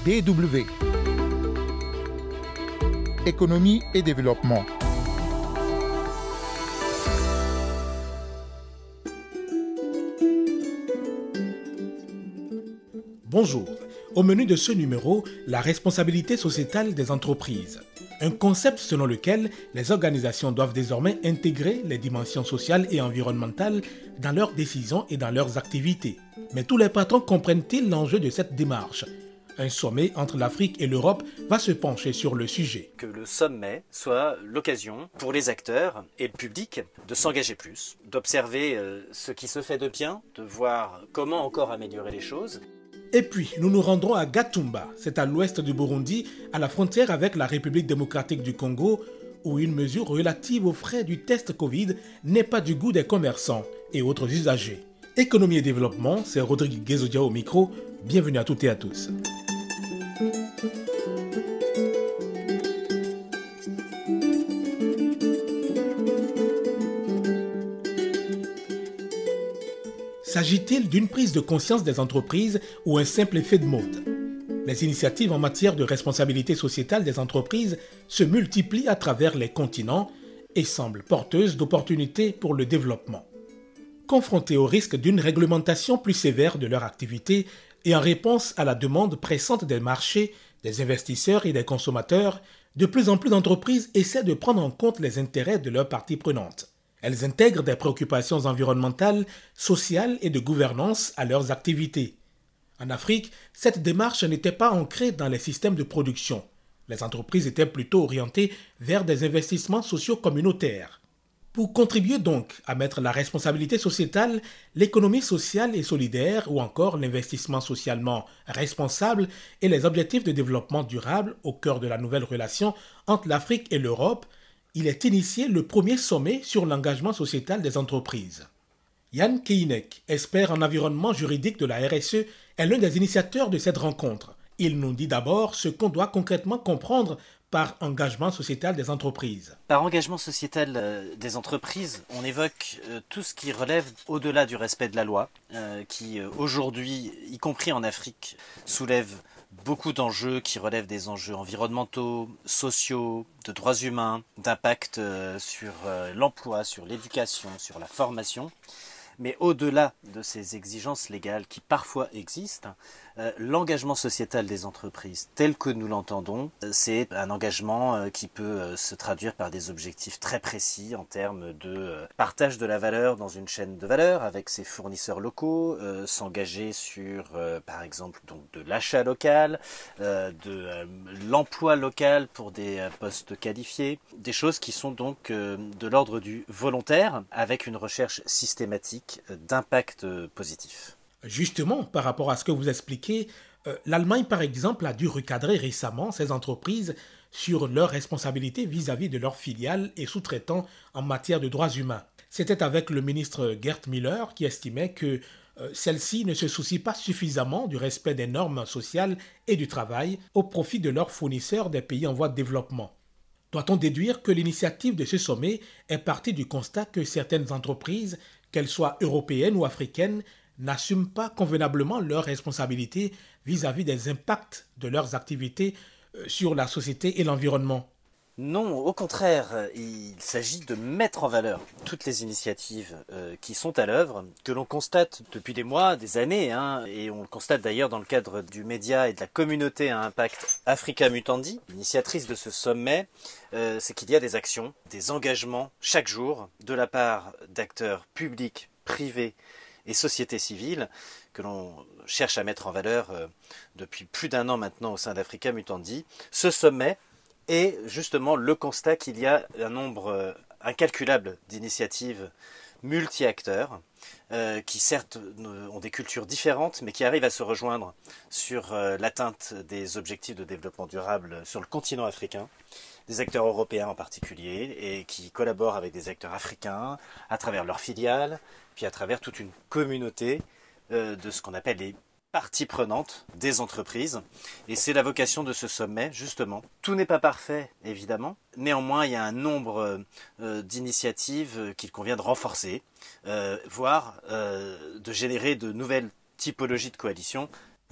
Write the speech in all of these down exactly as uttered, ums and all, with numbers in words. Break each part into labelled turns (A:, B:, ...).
A: B W. Économie et développement.
B: Bonjour. Au menu de ce numéro, la responsabilité sociétale des entreprises. Un concept selon lequel les organisations doivent désormais intégrer les dimensions sociales et environnementales dans leurs décisions et dans leurs activités. Mais tous les patrons comprennent-ils l'enjeu de cette démarche ? Un sommet entre l'Afrique et l'Europe va se pencher sur le sujet.
C: Que le sommet soit l'occasion pour les acteurs et le public de s'engager plus, d'observer ce qui se fait de bien, de voir comment encore améliorer les choses.
B: Et puis, nous nous rendrons à Gatumba, c'est à l'ouest du Burundi, à la frontière avec la République démocratique du Congo, où une mesure relative aux frais du test Covid n'est pas du goût des commerçants et autres usagers. Économie et développement, c'est Rodrigue Guézodia au micro. Bienvenue à toutes et à tous. S'agit-il d'une prise de conscience des entreprises ou un simple effet de mode ? Les initiatives en matière de responsabilité sociétale des entreprises se multiplient à travers les continents et semblent porteuses d'opportunités pour le développement. Confrontés au risque d'une réglementation plus sévère de leur activité et en réponse à la demande pressante des marchés, des investisseurs et des consommateurs, de plus en plus d'entreprises essaient de prendre en compte les intérêts de leurs parties prenantes. Elles intègrent des préoccupations environnementales, sociales et de gouvernance à leurs activités. En Afrique, cette démarche n'était pas ancrée dans les systèmes de production. Les entreprises étaient plutôt orientées vers des investissements sociaux communautaires. Pour contribuer donc à mettre la responsabilité sociétale, l'économie sociale et solidaire ou encore l'investissement socialement responsable et les objectifs de développement durable au cœur de la nouvelle relation entre l'Afrique et l'Europe, il est initié le premier sommet sur l'engagement sociétal des entreprises. Yann Keinek, expert en environnement juridique de la R S E, est l'un des initiateurs de cette rencontre. Il nous dit d'abord ce qu'on doit concrètement comprendre par engagement sociétal des entreprises.
C: Par engagement sociétal euh, des entreprises, on évoque euh, tout ce qui relève au-delà du respect de la loi, euh, qui euh, aujourd'hui, y compris en Afrique, soulève beaucoup d'enjeux qui relèvent des enjeux environnementaux, sociaux, de droits humains, d'impact euh, sur euh, l'emploi, sur l'éducation, sur la formation. Mais au-delà de ces exigences légales qui parfois existent, euh, l'engagement sociétal des entreprises tel que nous l'entendons, euh, c'est un engagement euh, qui peut euh, se traduire par des objectifs très précis en termes de euh, partage de la valeur dans une chaîne de valeur avec ses fournisseurs locaux, euh, s'engager sur, euh, par exemple, donc de l'achat local, euh, de euh, l'emploi local pour des euh, postes qualifiés, des choses qui sont donc euh, de l'ordre du volontaire avec une recherche systématique d'impact positif.
B: Justement, par rapport à ce que vous expliquez, euh, l'Allemagne, par exemple, a dû recadrer récemment ses entreprises sur leurs responsabilités vis-à-vis de leurs filiales et sous-traitants en matière de droits humains. C'était avec le ministre Gerd Müller qui estimait que euh, celles-ci ne se soucient pas suffisamment du respect des normes sociales et du travail au profit de leurs fournisseurs des pays en voie de développement. Doit-on déduire que l'initiative de ce sommet est partie du constat que certaines entreprises, qu'elles soient européennes ou africaines, n'assument pas convenablement leurs responsabilités vis-à-vis des impacts de leurs activités sur la société et l'environnement?
C: Non, au contraire, il s'agit de mettre en valeur toutes les initiatives euh, qui sont à l'œuvre, que l'on constate depuis des mois, des années, hein, et on le constate d'ailleurs dans le cadre du média et de la communauté à impact Africa Mutandi, initiatrice de ce sommet, euh, c'est qu'il y a des actions, des engagements chaque jour de la part d'acteurs publics, privés et sociétés civiles que l'on cherche à mettre en valeur euh, depuis plus d'un an maintenant au sein d'Africa Mutandi. Ce sommet est justement le constat qu'il y a un nombre euh, incalculable d'initiatives multi-acteurs euh, qui certes ont des cultures différentes mais qui arrivent à se rejoindre sur euh, l'atteinte des objectifs de développement durable sur le continent africain, des acteurs européens en particulier, et qui collaborent avec des acteurs africains à travers leurs filiales, puis à travers toute une communauté euh, de ce qu'on appelle les parties prenantes des entreprises. Et c'est la vocation de ce sommet, justement. Tout n'est pas parfait, évidemment. Néanmoins, il y a un nombre euh, d'initiatives qu'il convient de renforcer, euh, voire euh, de générer de nouvelles typologies de coalitions.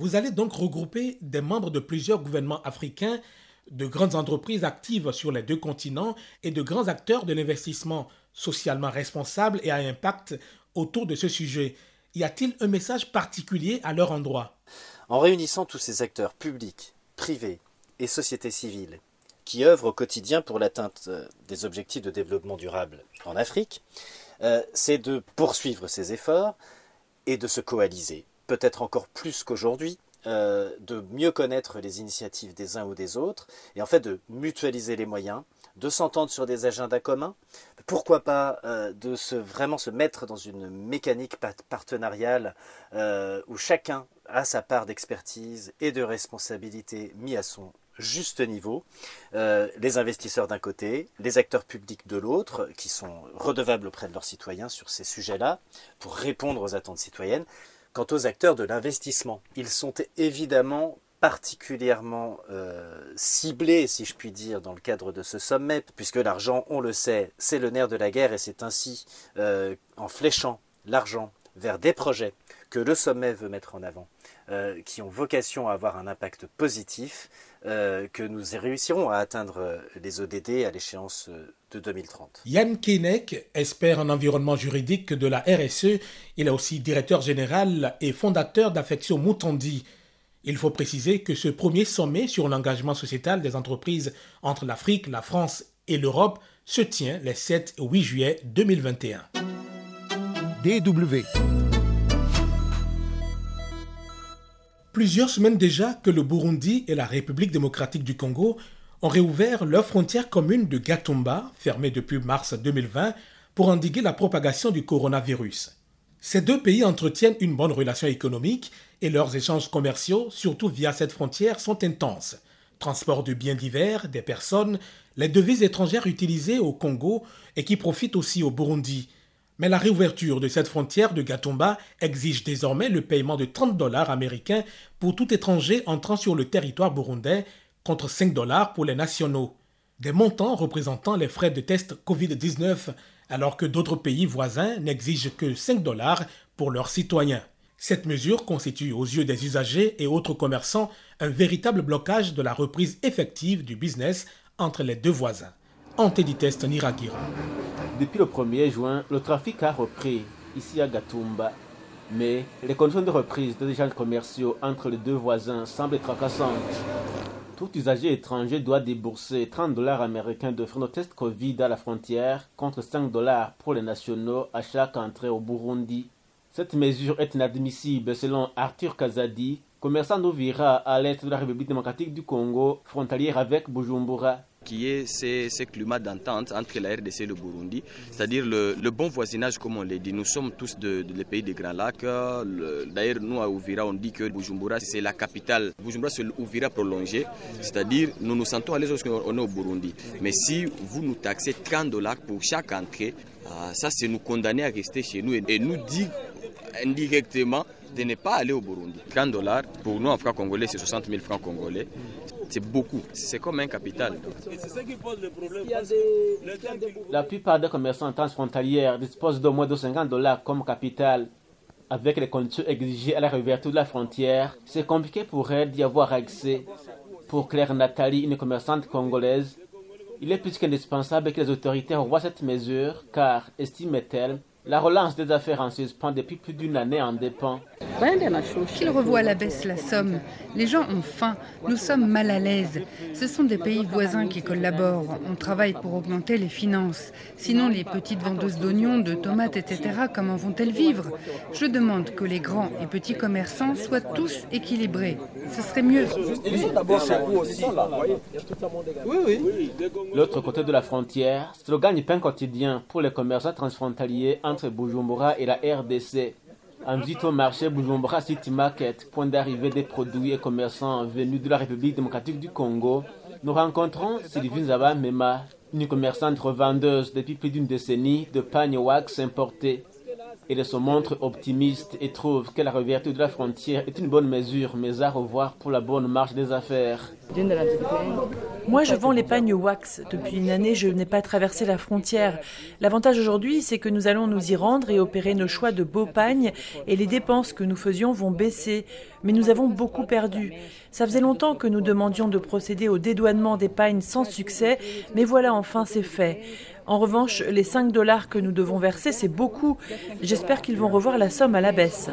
B: Vous allez donc regrouper des membres de plusieurs gouvernements africains, de grandes entreprises actives sur les deux continents et de grands acteurs de l'investissement socialement responsables et à impact autour de ce sujet. Y a-t-il un message particulier à leur endroit?
C: En réunissant tous ces acteurs publics, privés et sociétés civiles qui œuvrent au quotidien pour l'atteinte des objectifs de développement durable en Afrique, euh, c'est de poursuivre ces efforts et de se coaliser, peut-être encore plus qu'aujourd'hui, euh, de mieux connaître les initiatives des uns ou des autres, et en fait de mutualiser les moyens, de s'entendre sur des agendas communs, pourquoi pas euh, de se, vraiment se mettre dans une mécanique partenariale euh, où chacun a sa part d'expertise et de responsabilité mis à son juste niveau, euh, les investisseurs d'un côté, les acteurs publics de l'autre, qui sont redevables auprès de leurs citoyens sur ces sujets-là, pour répondre aux attentes citoyennes. Quant aux acteurs de l'investissement, ils sont évidemment particulièrement euh, ciblés, si je puis dire, dans le cadre de ce sommet, puisque l'argent, on le sait, c'est le nerf de la guerre, et c'est ainsi, euh, en fléchant l'argent vers des projets que le sommet veut mettre en avant, euh, qui ont vocation à avoir un impact positif, euh, que nous réussirons à atteindre les O D D à l'échéance de deux mille trente.
B: Yann Keinec, expert en environnement juridique de la R S E, il est aussi directeur général et fondateur d'Affection Mutondi. Il faut préciser que ce premier sommet sur l'engagement sociétal des entreprises entre l'Afrique, la France et l'Europe se tient les sept et huit juillet deux mille vingt et un.
A: D W.
B: Plusieurs semaines déjà que le Burundi et la République démocratique du Congo ont réouvert leur frontière commune de Gatumba, fermée depuis mars deux mille vingt, pour endiguer la propagation du coronavirus. Ces deux pays entretiennent une bonne relation économique et leurs échanges commerciaux, surtout via cette frontière, sont intenses. Transport de biens divers, des personnes, les devises étrangères utilisées au Congo et qui profitent aussi au Burundi. Mais la réouverture de cette frontière de Gatumba exige désormais le paiement de trente dollars américains pour tout étranger entrant sur le territoire burundais, contre cinq dollars pour les nationaux. Des montants représentant les frais de test covid dix-neuf, alors que d'autres pays voisins n'exigent que cinq dollars pour leurs citoyens. Cette mesure constitue aux yeux des usagers et autres commerçants un véritable blocage de la reprise effective du business entre les deux voisins. Antiditest Niragira.
D: Depuis le premier juin, le trafic a repris ici à Gatumba, mais les conditions de reprise des échanges commerciaux entre les deux voisins semblent tracassantes. Tout usager étranger doit débourser trente dollars américains de frais de test Covid à la frontière contre cinq dollars pour les nationaux à chaque entrée au Burundi. Cette mesure est inadmissible selon Arthur Kazadi, commerçant d'Uvira à l'est de la République démocratique du Congo, frontalière avec Bujumbura.
E: Qui est ces, ces climats d'entente entre la R D C et le Burundi, c'est-à-dire le, le bon voisinage, comme on l'a dit. Nous sommes tous de, de, des pays des Grands Lacs. D'ailleurs, nous à Uvira, on dit que Bujumbura, c'est la capitale. Bujumbura, c'est l'Uvira prolongé, c'est-à-dire nous nous sentons à l'aise lorsqu'on est au Burundi. Mais si vous nous taxez trente dollars pour chaque entrée, euh, ça c'est nous condamner à rester chez nous et, et nous dire indirectement de ne pas aller au Burundi. trente dollars, pour nous en francs congolais, c'est soixante mille francs congolais. C'est beaucoup, c'est comme un capital.
F: C'est ça qui pose le problème.
D: La plupart des commerçants transfrontalières disposent d'au moins de cinquante dollars comme capital. Avec les conditions exigées à la réouverture de la frontière, c'est compliqué pour elle d'y avoir accès. Pour Claire Nathalie, une commerçante congolaise, il est plus qu'indispensable que les autorités revoient cette mesure, car, estime-t-elle, la relance des affaires en suspens depuis plus d'une année en dépend.
G: Qu'il revoie à la baisse la somme. Les gens ont faim. Nous sommes mal à l'aise. Ce sont des pays voisins qui collaborent. On travaille pour augmenter les finances. Sinon, les petites vendeuses d'oignons, de tomates, et cetera, comment vont-elles vivre? Je demande que les grands et petits commerçants soient tous équilibrés. Ce serait mieux.
D: L'autre côté de la frontière, c'est le gagne-pain quotidien pour les commerçants transfrontaliers entre Bujumbura et la R D C. En visite au marché Bujumbura City Market, point d'arrivée des produits et commerçants venus de la République démocratique du Congo, nous rencontrons Sylvie Zaba Mema, une commerçante revendeuse depuis plus d'une décennie de pagnes wax importés. Elle se montre optimiste et trouve que la réouverture de la frontière est une bonne mesure, mais à revoir pour la bonne marche des affaires.
H: Moi, je vends les pagnes wax. Depuis une année, je n'ai pas traversé la frontière. L'avantage aujourd'hui, c'est que nous allons nous y rendre et opérer nos choix de beaux pagnes et les dépenses que nous faisions vont baisser. Mais nous avons beaucoup perdu. Ça faisait longtemps que nous demandions de procéder au dédouanement des pagnes sans succès, mais voilà, enfin, c'est fait. En revanche, les cinq dollars que nous devons verser, c'est beaucoup. J'espère qu'ils vont revoir la somme à la baisse.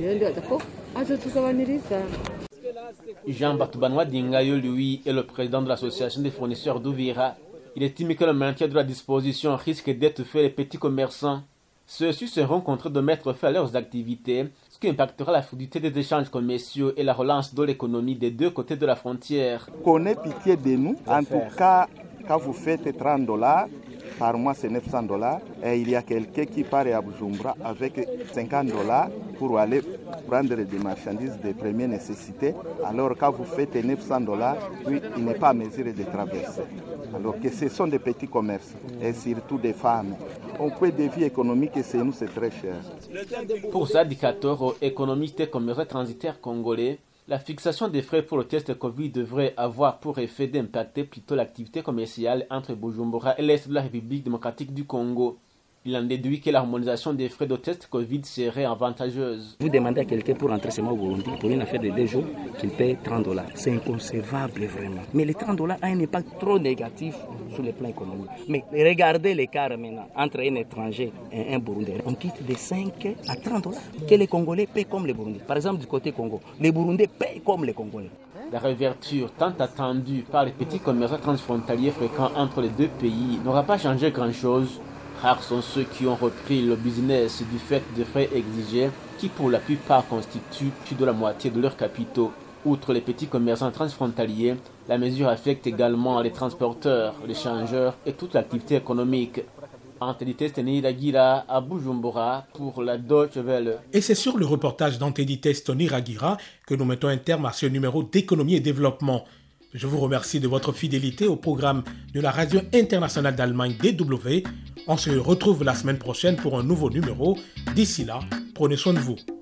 D: Jean Batoubanwa Dingayo, lui, est le président de l'association des fournisseurs d'Ouvira. Il estime que le maintien de la disposition risque d'étouffer les petits commerçants. Ceux-ci seront contraints de mettre fin à leurs activités, ce qui impactera la fluidité des échanges commerciaux et la relance de l'économie des deux côtés de la frontière.
I: Qu'on ait pitié de nous, en tout cas, quand vous faites trente dollars, par mois c'est neuf cents dollars, et il y a quelqu'un qui part à Bujumbura avec cinquante dollars pour aller prendre des marchandises de première nécessité. Alors quand vous faites neuf cents dollars, oui, il n'est pas à mesure de traverser. Alors que ce sont des petits commerces, et surtout des femmes. On peut des vies économiques et chez nous c'est très cher.
D: Pour Zadi Katoro, économiste et commerçant transitaire congolais, la fixation des frais pour le test Covid devrait avoir pour effet d'impacter plutôt l'activité commerciale entre Bujumbura et l'Est de la République démocratique du Congo. Il en déduit que l'harmonisation des frais de test Covid serait avantageuse.
J: Vous demandez à quelqu'un pour rentrer chez moi au Burundi pour une affaire de deux jours qu'il paye trente dollars. C'est inconcevable vraiment. Mais les trente dollars ont un impact trop négatif sur le plan économique. Mais regardez l'écart maintenant entre un étranger et un Burundais. On quitte de cinq à trente dollars que les Congolais paient comme les Burundais. Par exemple, du côté Congo, les Burundais payent comme les Congolais.
D: La réouverture tant attendue par les petits commerçants transfrontaliers fréquents entre les deux pays n'aura pas changé grand-chose. Rares sont ceux qui ont repris le business du fait des frais exigés, qui pour la plupart constituent plus de la moitié de leurs capitaux. Outre les petits commerçants transfrontaliers, la mesure affecte également les transporteurs, les changeurs et toute l'activité économique. Antedites Toniragira à Bujumbura pour la Deutsche Welle.
B: Et c'est sur le reportage d'Antedites Toniragira que nous mettons un terme à ce numéro d'économie et développement. Je vous remercie de votre fidélité au programme de la Radio Internationale d'Allemagne D W. On se retrouve la semaine prochaine pour un nouveau numéro. D'ici là, prenez soin de vous.